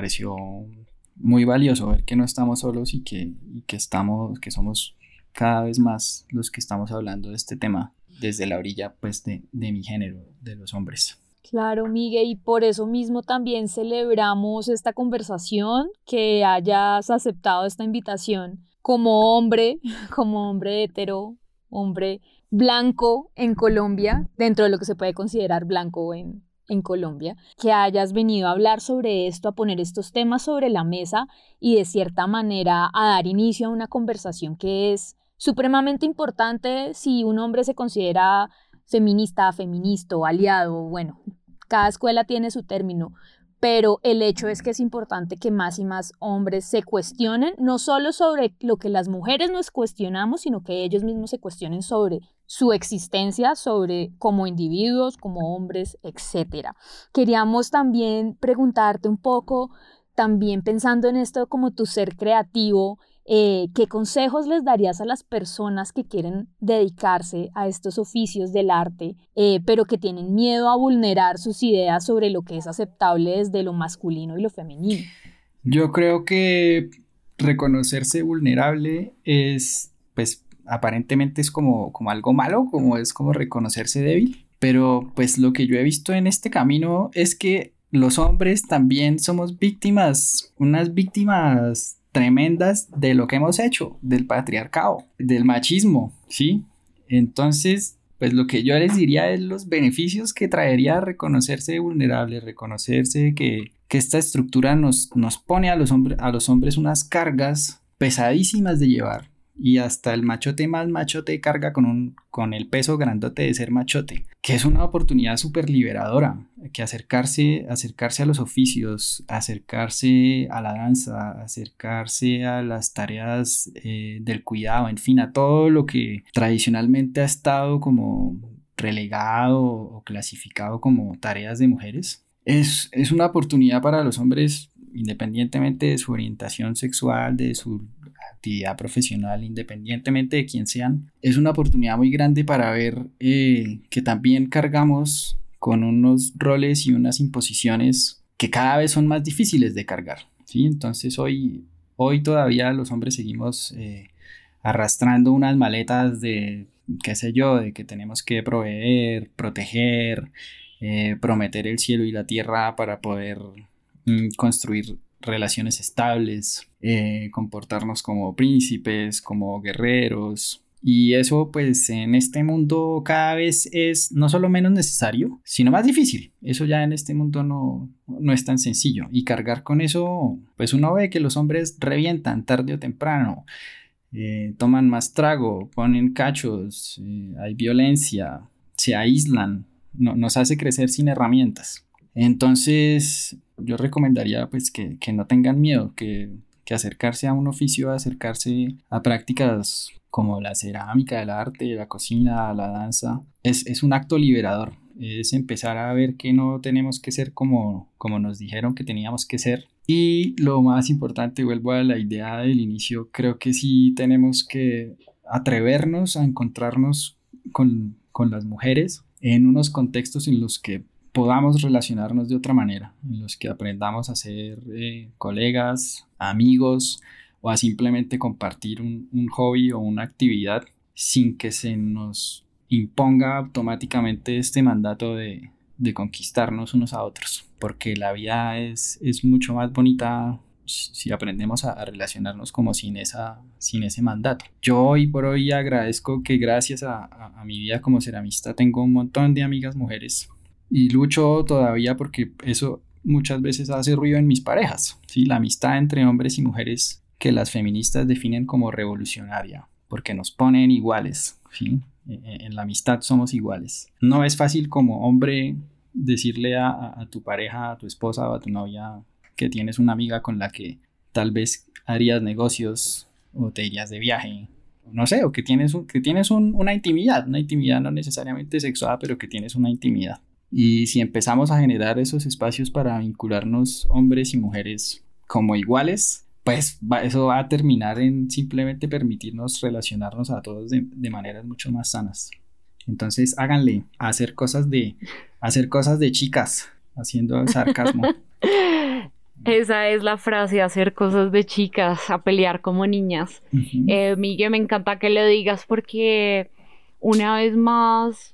muy valioso, ver que no estamos solos y que somos cada vez más los que estamos hablando de este tema desde la orilla pues de mi género, de los hombres. Claro, Miguel, y por eso mismo también celebramos esta conversación, que hayas aceptado esta invitación como hombre hetero, hombre blanco en Colombia, dentro de lo que se puede considerar blanco en Colombia, que hayas venido a hablar sobre esto, a poner estos temas sobre la mesa y de cierta manera a dar inicio a una conversación que es supremamente importante si un hombre se considera feminista, feministo, aliado, bueno, cada escuela tiene su término, pero el hecho es que es importante que más y más hombres se cuestionen, no solo sobre lo que las mujeres nos cuestionamos, sino que ellos mismos se cuestionen sobre su existencia, sobre como individuos, como hombres, etc. Queríamos también preguntarte un poco, también pensando en esto como tu ser creativo, ¿qué consejos les darías a las personas que quieren dedicarse a estos oficios del arte, pero que tienen miedo a vulnerar sus ideas sobre lo que es aceptable desde lo masculino y lo femenino? Yo creo que reconocerse vulnerable es, pues, aparentemente es como algo malo, es como reconocerse débil, pero pues lo que yo he visto en este camino es que los hombres también somos víctimas, unas víctimas tremendas de lo que hemos hecho, del patriarcado, del machismo, ¿sí? Entonces, pues lo que yo les diría es los beneficios que traería reconocerse vulnerable, reconocerse que esta estructura nos pone a los hombres unas cargas pesadísimas de llevar, y hasta el machote más machote carga con el peso grandote de ser machote, que es una oportunidad súper liberadora, que acercarse a los oficios, acercarse a la danza, acercarse a las tareas del cuidado, en fin, a todo lo que tradicionalmente ha estado como relegado o clasificado como tareas de mujeres. Es una oportunidad para los hombres, independientemente de su orientación sexual, de su actividad profesional, independientemente de quién sean, es una oportunidad muy grande para ver que también cargamos con unos roles y unas imposiciones que cada vez son más difíciles de cargar, ¿sí? Entonces hoy todavía los hombres seguimos arrastrando unas maletas de, qué sé yo, de que tenemos que proveer, proteger, prometer el cielo y la tierra para poder construir relaciones estables, comportarnos como príncipes, como guerreros, y eso pues en este mundo cada vez es no solo menos necesario, sino más difícil. Eso ya en este mundo no es tan sencillo, y cargar con eso, pues uno ve que los hombres revientan tarde o temprano, toman más trago, ponen cachos, hay violencia, se aíslan, nos hace crecer sin herramientas. Entonces yo recomendaría pues que no tengan miedo, que acercarse a un oficio, acercarse a prácticas como la cerámica, el arte, la cocina, la danza, es un acto liberador. Es empezar a ver que no tenemos que ser como nos dijeron que teníamos que ser. Y lo más importante, vuelvo a la idea del inicio, creo que sí tenemos que atrevernos a encontrarnos con las mujeres en unos contextos en los que podamos relacionarnos de otra manera, en los que aprendamos a ser colegas, amigos, o a simplemente compartir un hobby o una actividad sin que se nos imponga automáticamente este mandato de conquistarnos unos a otros, porque la vida es mucho más bonita si aprendemos a relacionarnos como sin ese mandato. Yo hoy por hoy agradezco que gracias a mi vida como ceramista tengo un montón de amigas mujeres, y lucho todavía porque eso muchas veces hace ruido en mis parejas, ¿sí? La amistad entre hombres y mujeres que las feministas definen como revolucionaria, porque nos ponen iguales, ¿sí? En la amistad somos iguales. No es fácil como hombre decirle a tu pareja, a tu esposa o a tu novia que tienes una amiga con la que tal vez harías negocios o te irías de viaje, no sé, o que tienes una intimidad no necesariamente sexual, pero que tienes una intimidad. Y si empezamos a generar esos espacios para vincularnos hombres y mujeres como iguales, pues eso va a terminar en simplemente permitirnos relacionarnos a todos de maneras mucho más sanas. Entonces háganle a hacer cosas de chicas, haciendo sarcasmo. Esa es la frase, hacer cosas de chicas, a pelear como niñas. Uh-huh. Miguel, me encanta que lo digas porque una vez más,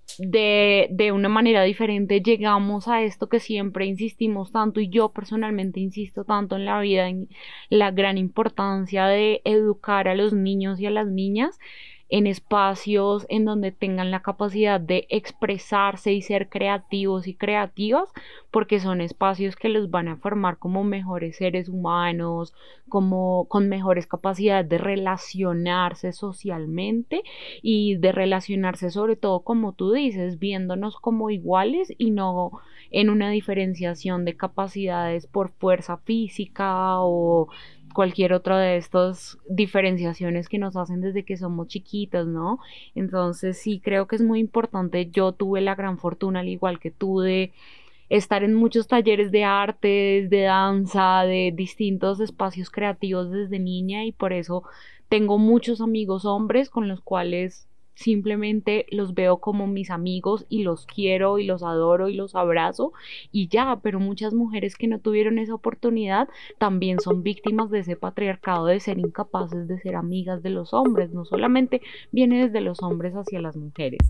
de una manera diferente, llegamos a esto que siempre insistimos tanto, y yo personalmente insisto tanto en la vida, en la gran importancia de educar a los niños y a las niñas en espacios en donde tengan la capacidad de expresarse y ser creativos y creativas, porque son espacios que los van a formar como mejores seres humanos, como con mejores capacidades de relacionarse socialmente y de relacionarse sobre todo, como tú dices, viéndonos como iguales y no en una diferenciación de capacidades por fuerza física o cualquier otra de estas diferenciaciones que nos hacen desde que somos chiquitos, ¿no? Entonces sí creo que es muy importante. Yo tuve la gran fortuna, al igual que tú, de estar en muchos talleres de artes, de danza, de distintos espacios creativos desde niña, y por eso tengo muchos amigos hombres con los cuales simplemente los veo como mis amigos y los quiero y los adoro y los abrazo y ya. Pero muchas mujeres que no tuvieron esa oportunidad también son víctimas de ese patriarcado de ser incapaces de ser amigas de los hombres. No solamente viene desde los hombres hacia las mujeres.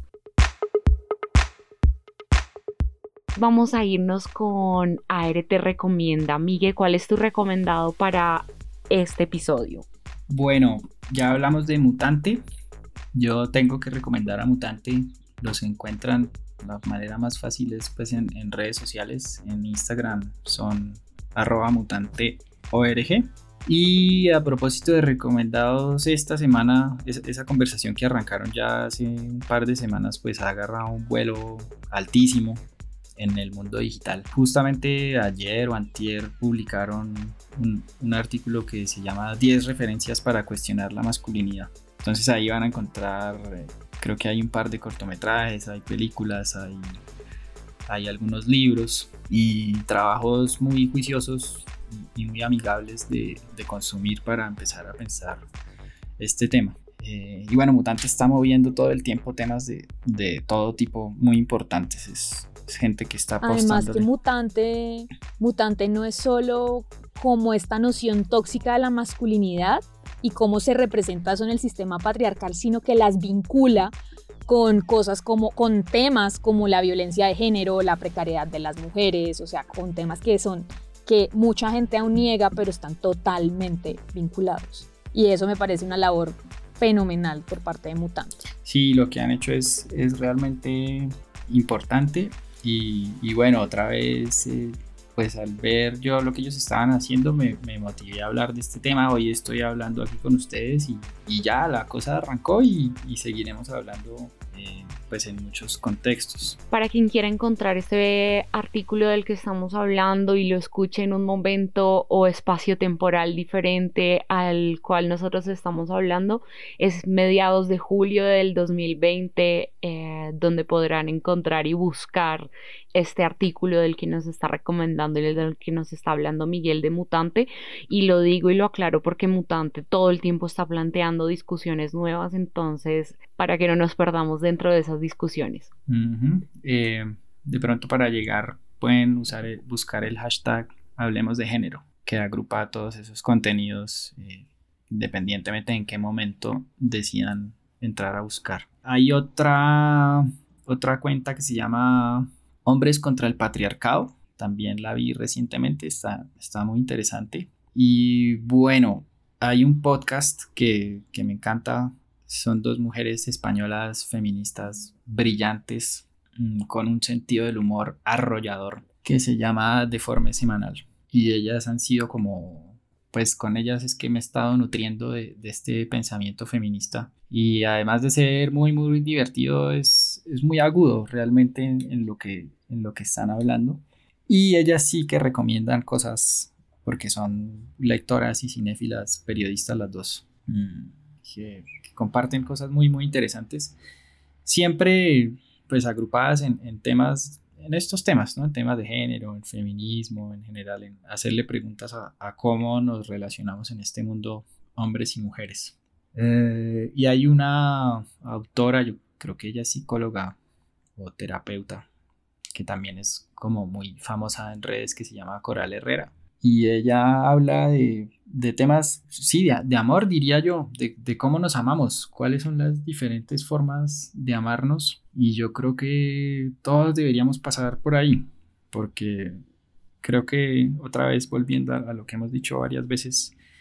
Vamos a irnos con ART Recomienda. Miguel, ¿cuál es tu recomendado para este episodio? Bueno, ya hablamos de Mutante. Yo tengo que recomendar a Mutante. Los encuentran, la manera más fácil es pues en redes sociales. En Instagram son @mutanteorg. Y a propósito de recomendados, esta semana esa conversación que arrancaron ya hace un par de semanas pues ha agarrado un vuelo altísimo en el mundo digital. Justamente ayer o antier publicaron un artículo que se llama 10 referencias para cuestionar la masculinidad. Entonces ahí van a encontrar, creo que hay un par de cortometrajes, hay películas, hay algunos libros y trabajos muy juiciosos y muy amigables de consumir para empezar a pensar este tema. Y bueno, Mutante está moviendo todo el tiempo temas de todo tipo muy importantes. Es gente que está apostándole. Además que mutante no es solo como esta noción tóxica de la masculinidad y cómo se representa eso en el sistema patriarcal, sino que las vincula con cosas con temas como la violencia de género, la precariedad de las mujeres, o sea, con temas que mucha gente aún niega, pero están totalmente vinculados. Y eso me parece una labor fenomenal por parte de Mutante. Sí, lo que han hecho es realmente importante. Y bueno, otra vez, pues al ver yo lo que ellos estaban haciendo, me motivé a hablar de este tema. Hoy estoy hablando aquí con ustedes y ya la cosa arrancó y seguiremos hablando pues en muchos contextos. Para quien quiera encontrar este artículo del que estamos hablando y lo escuche en un momento o espacio temporal diferente al cual nosotros estamos hablando, es mediados de julio del 2020, donde podrán encontrar y buscar este artículo del que nos está recomendando y del que nos está hablando Miguel, de Mutante. Y lo digo y lo aclaro porque Mutante todo el tiempo está planteando discusiones nuevas, entonces para que no nos perdamos dentro de esas discusiones. De pronto, para llegar pueden buscar el hashtag Hablemos de Género, que agrupa todos esos contenidos independientemente en qué momento decidan entrar a buscar. Hay otra cuenta que se llama Hombres contra el Patriarcado. También la vi recientemente, está muy interesante. Y bueno, hay un podcast que me encanta. Son dos mujeres españolas feministas brillantes, con un sentido del humor arrollador, que se llama Deforme Semanal. Y ellas han sido como, pues con ellas es que me he estado nutriendo de este pensamiento feminista. Y además de ser muy, muy divertido, es muy agudo realmente en lo que están hablando. Y ellas sí que recomiendan cosas, porque son lectoras y cinéfilas, periodistas las dos, que comparten cosas muy, muy interesantes. Siempre pues agrupadas en temas, en estos temas, ¿no? En temas de género, en feminismo, en general, en hacerle preguntas a cómo nos relacionamos en este mundo, hombres y mujeres. Y hay una autora, yo creo que ella es psicóloga o terapeuta, que también es como muy famosa en redes, que se llama Coral Herrera. Y ella habla de temas, sí, de amor, diría yo, de cómo nos amamos, cuáles son las diferentes formas de amarnos. Y yo creo que todos deberíamos pasar por ahí, porque creo que, otra vez volviendo a lo que hemos dicho varias veces,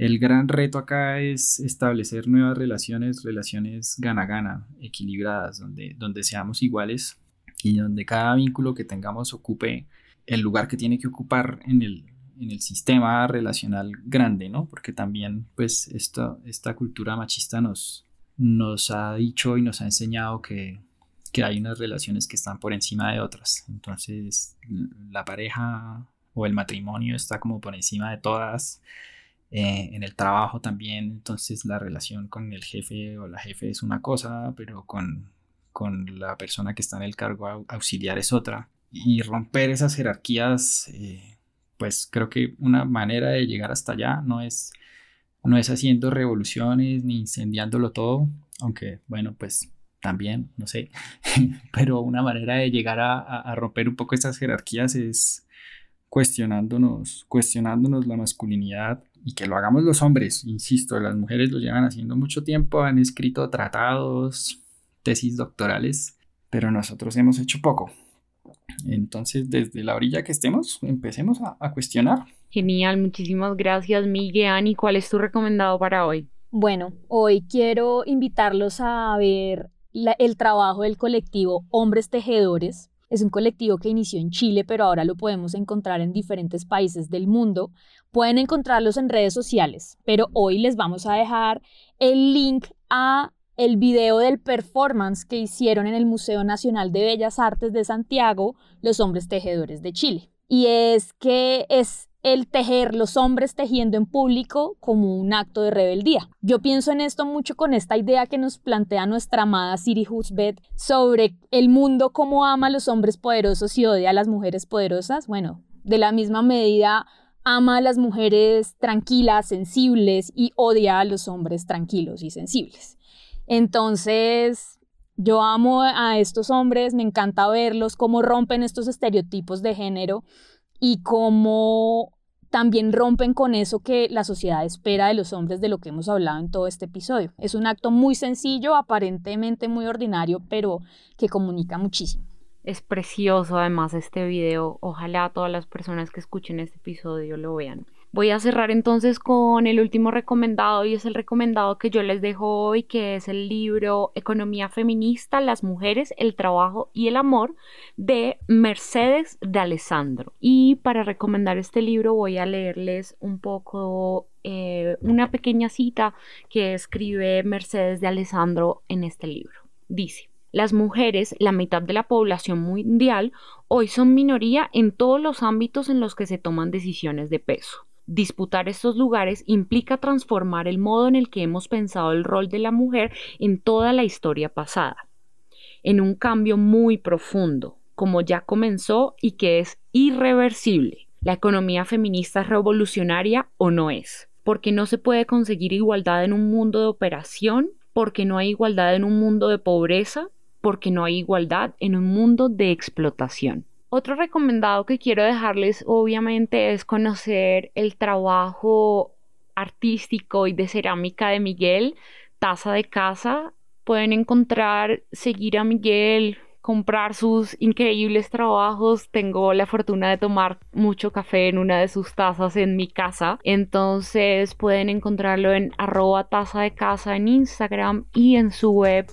El gran reto acá es establecer nuevas relaciones gana-gana, equilibradas, donde seamos iguales y donde cada vínculo que tengamos ocupe el lugar que tiene que ocupar en el sistema relacional grande, ¿no? Porque también pues esta cultura machista nos ha dicho y nos ha enseñado que hay unas relaciones que están por encima de otras. Entonces la pareja o el matrimonio está como por encima de todas. En el trabajo también, entonces la relación con el jefe o la jefe es una cosa, pero con la persona que está en el cargo auxiliar es otra. Y romper esas jerarquías, pues creo que una manera de llegar hasta allá no es haciendo revoluciones ni incendiándolo todo, aunque bueno, pues también, no sé, pero una manera de llegar a romper un poco esas jerarquías es cuestionándonos la masculinidad, y que lo hagamos los hombres, insisto, las mujeres lo llevan haciendo mucho tiempo, han escrito tratados, tesis doctorales, pero nosotros hemos hecho poco. Entonces, desde la orilla que estemos, empecemos a cuestionar. Genial, muchísimas gracias, Miguel. Ani, ¿cuál es tu recomendado para hoy? Bueno, hoy quiero invitarlos a ver el trabajo del colectivo Hombres Tejedores. Es un colectivo que inició en Chile, pero ahora lo podemos encontrar en diferentes países del mundo. Pueden encontrarlos en redes sociales, pero hoy les vamos a dejar el link a el video del performance que hicieron en el Museo Nacional de Bellas Artes de Santiago, los Hombres Tejedores de Chile. Y es que es el tejer, los hombres tejiendo en público como un acto de rebeldía. Yo pienso en esto mucho con esta idea que nos plantea nuestra amada Siri Husbeth sobre el mundo, cómo ama a los hombres poderosos y odia a las mujeres poderosas. Bueno, de la misma medida ama a las mujeres tranquilas, sensibles, y odia a los hombres tranquilos y sensibles. Entonces, yo amo a estos hombres, me encanta verlos, cómo rompen estos estereotipos de género y cómo también rompen con eso que la sociedad espera de los hombres, de lo que hemos hablado en todo este episodio. Es un acto muy sencillo, aparentemente muy ordinario, pero que comunica muchísimo. Es precioso además este video. Ojalá todas las personas que escuchen este episodio lo vean. Voy a cerrar entonces con el último recomendado, y es el recomendado que yo les dejo hoy, que es el libro Economía Feminista, las mujeres, el trabajo y el amor, de Mercedes de Alessandro. Y para recomendar este libro voy a leerles un poco una pequeña cita que escribe Mercedes de Alessandro en este libro. Dice: las mujeres, la mitad de la población mundial, hoy son minoría en todos los ámbitos en los que se toman decisiones de peso. Disputar estos lugares implica transformar el modo en el que hemos pensado el rol de la mujer en toda la historia pasada, en un cambio muy profundo, como ya comenzó y que es irreversible. ¿La economía feminista es revolucionaria o no es? Porque no se puede conseguir igualdad en un mundo de operación, porque no hay igualdad en un mundo de pobreza, porque no hay igualdad en un mundo de explotación. Otro recomendado que quiero dejarles obviamente es conocer el trabajo artístico y de cerámica de Miguel, Taza de Casa. Pueden seguir a Miguel, comprar sus increíbles trabajos. Tengo la fortuna de tomar mucho café en una de sus tazas en mi casa. Entonces pueden encontrarlo en @tazadecasa en Instagram y en su web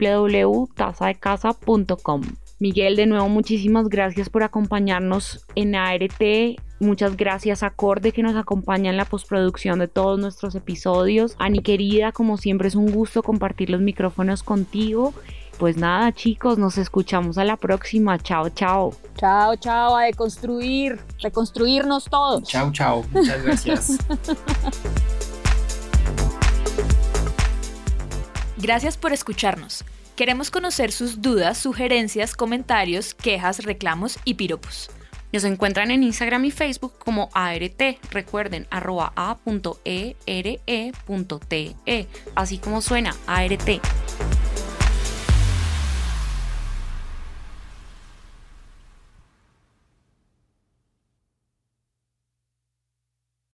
www.tazadecasa.com. Miguel, de nuevo muchísimas gracias por acompañarnos en ART. Muchas gracias a Corde, que nos acompaña en la postproducción de todos nuestros episodios. Ani querida, como siempre es un gusto compartir los micrófonos contigo. Pues nada, chicos, nos escuchamos a la próxima. Chao, chao. Chao, chao, a reconstruirnos todos. Chao, chao. Muchas gracias. Gracias por escucharnos. Queremos conocer sus dudas, sugerencias, comentarios, quejas, reclamos y piropos. Nos encuentran en Instagram y Facebook como ART. Recuerden, @a.ere.te. Así como suena, ART.